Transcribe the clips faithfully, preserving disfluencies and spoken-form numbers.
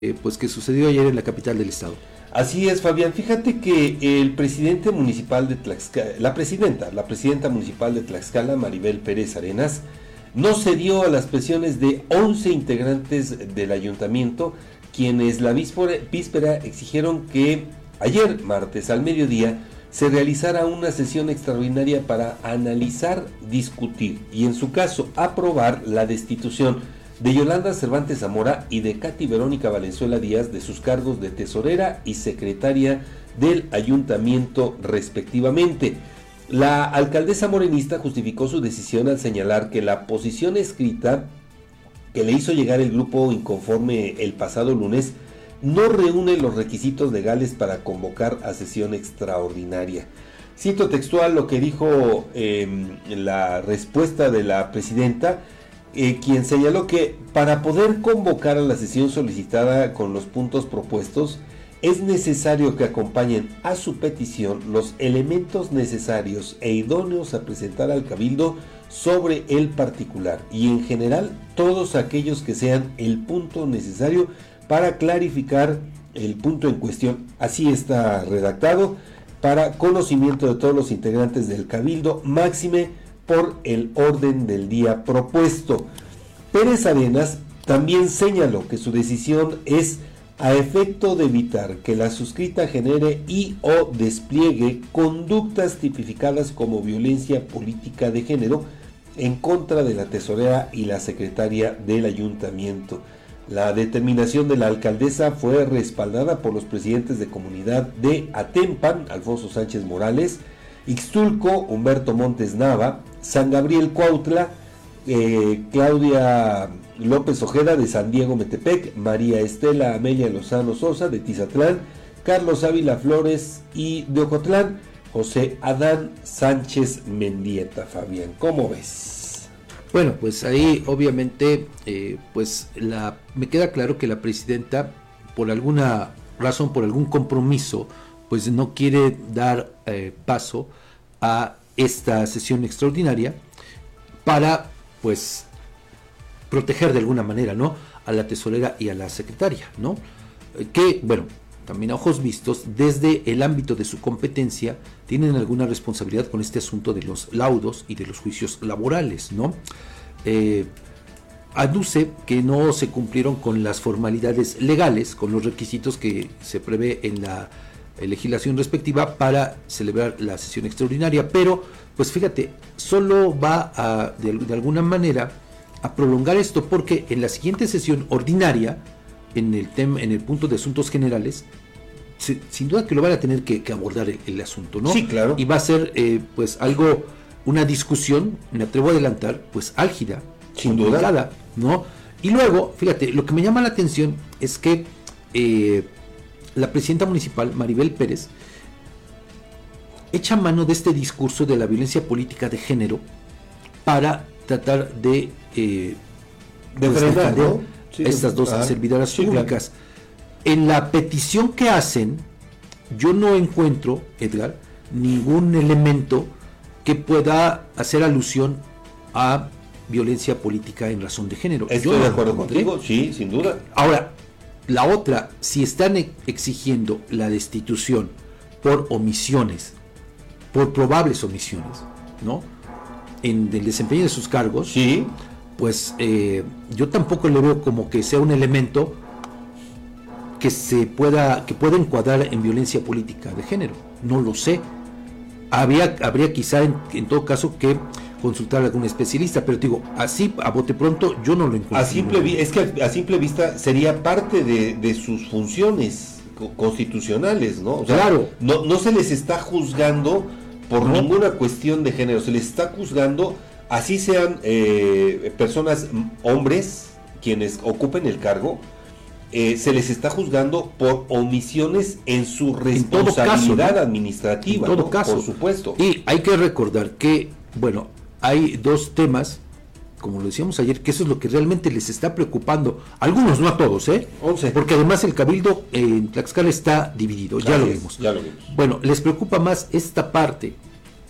eh, pues que sucedió ayer en la capital del estado. Así es, Fabián. Fíjate que el presidente municipal de Tlaxcala, la presidenta, la presidenta municipal de Tlaxcala, Maribel Pérez Arenas, no cedió a las presiones de once integrantes del ayuntamiento, quienes la víspera, víspera exigieron que ayer, martes, al mediodía, se realizara una sesión extraordinaria para analizar, discutir y, en su caso, aprobar la destitución de Yolanda Cervantes Zamora y de Katy Verónica Valenzuela Díaz de sus cargos de tesorera y secretaria del ayuntamiento respectivamente. La alcaldesa morenista justificó su decisión al señalar que la posición escrita que le hizo llegar el grupo inconforme el pasado lunes no reúne los requisitos legales para convocar a sesión extraordinaria. Cito textual lo que dijo eh, la respuesta de la presidenta, Eh, quien señaló que para poder convocar a la sesión solicitada con los puntos propuestos es necesario que acompañen a su petición los elementos necesarios e idóneos a presentar al cabildo sobre el particular y en general todos aquellos que sean el punto necesario para clarificar el punto en cuestión. Así está redactado para conocimiento de todos los integrantes del cabildo, máxime por el orden del día propuesto. Pérez Arenas también señaló que su decisión es a efecto de evitar que la suscrita genere y o despliegue conductas tipificadas como violencia política de género en contra de la tesorera y la secretaria del ayuntamiento. La determinación de la alcaldesa fue respaldada por los presidentes de comunidad de Atempan, Alfonso Sánchez Morales, Ixtulco, Humberto Montes Nava, San Gabriel Cuautla, eh, Claudia López Ojeda de San Diego Metepec, María Estela Amelia Lozano Sosa de Tizatlán, Carlos Ávila Flores y de Ocotlán, José Adán Sánchez Mendieta. Fabián, ¿cómo ves? Bueno, pues ahí obviamente eh, pues la me queda claro que la presidenta por alguna razón, por algún compromiso, pues no quiere dar eh, paso a esta sesión extraordinaria para, pues, proteger de alguna manera, ¿no?, a la tesorera y a la secretaria, ¿no?, que, bueno, también a ojos vistos, desde el ámbito de su competencia, tienen alguna responsabilidad con este asunto de los laudos y de los juicios laborales, ¿no? Eh, aduce que no se cumplieron con las formalidades legales, con los requisitos que se prevé en la legislación respectiva para celebrar la sesión extraordinaria, pero pues fíjate, solo va a de, de alguna manera a prolongar esto porque en la siguiente sesión ordinaria, en el tema, en el punto de asuntos generales, se, sin duda que lo van a tener que, que abordar el, el asunto, ¿no? Sí, claro. Y va a ser eh, pues algo, una discusión, me atrevo a adelantar, pues álgida, sin duda, ¿no? Y luego, fíjate, lo que me llama la atención es que eh, la presidenta municipal, Maribel Pérez, echa mano de este discurso de la violencia política de género para tratar de, eh, de pues, frenar, ¿no? Sí, estas dos ah, servidoras sí, públicas. Claro. En la petición que hacen, yo no encuentro, Edgar, ningún elemento que pueda hacer alusión a violencia política en razón de género. Estoy yo de acuerdo contigo, sí, sin duda. Ahora, la otra, si están exigiendo la destitución por omisiones, por probables omisiones, ¿no?, en el desempeño de sus cargos, sí, pues eh, yo tampoco le veo como que sea un elemento que se pueda, que pueda encuadrar en violencia política de género. No lo sé. Habría, habría quizá en, en todo caso que consultar a algún especialista, pero te digo, así a bote pronto yo no lo encuentro. A simple vi- es que a, a simple vista sería parte de, de sus funciones co- constitucionales, ¿no? O sea, claro. No, no se les está juzgando por no. ninguna cuestión de género, se les está juzgando, así sean eh, personas, hombres, quienes ocupen el cargo, eh, se les está juzgando por omisiones en su responsabilidad en caso, ¿no? administrativa, en todo ¿no? caso. Por supuesto. Y hay que recordar que, bueno, hay dos temas, como lo decíamos ayer, que eso es lo que realmente les está preocupando, algunos, no a todos, ¿eh? once. Porque además el cabildo en Tlaxcala está dividido, ya, lo es, vimos. ya lo vimos. Bueno, les preocupa más esta parte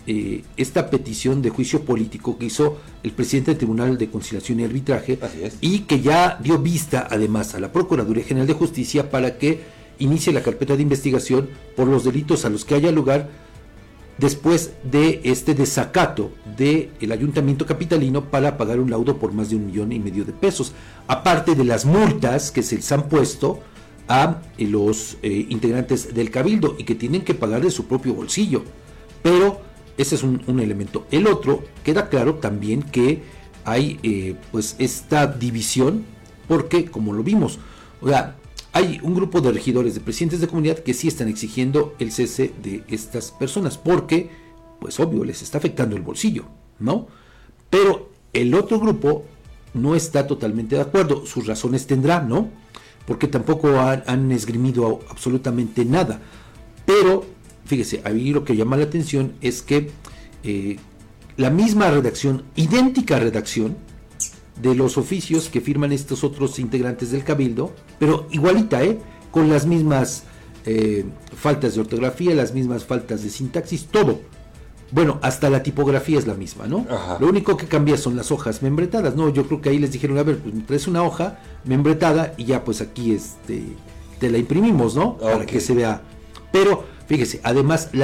eh, esta petición de juicio político que hizo el presidente del Tribunal de Conciliación y Arbitraje, y que ya dio vista además a la Procuraduría General de Justicia para que inicie la carpeta de investigación por los delitos a los que haya lugar después de este desacato del Ayuntamiento Capitalino para pagar un laudo por más de un millón y medio de pesos, aparte de las multas que se les han puesto a eh, los eh, integrantes del Cabildo y que tienen que pagar de su propio bolsillo. Pero ese es un, un elemento. El otro, queda claro también que hay eh, pues esta división, porque como lo vimos, o sea, hay un grupo de regidores, de presidentes de comunidad que sí están exigiendo el cese de estas personas, porque, pues obvio, les está afectando el bolsillo, ¿no? Pero el otro grupo no está totalmente de acuerdo, sus razones tendrá, ¿no? Porque tampoco han, han esgrimido absolutamente nada. Pero, fíjese, ahí lo que llama la atención es que eh, la misma redacción, idéntica redacción, de los oficios que firman estos otros integrantes del Cabildo, pero igualita, ¿eh? Con las mismas eh, faltas de ortografía, las mismas faltas de sintaxis, todo. Bueno, hasta la tipografía es la misma, ¿no? Ajá. Lo único que cambia son las hojas membretadas, ¿no? Yo creo que ahí les dijeron, a ver, pues me traes una hoja membretada y ya pues aquí este te la imprimimos, ¿no? Okay. Para que se vea. Pero, fíjese, además, la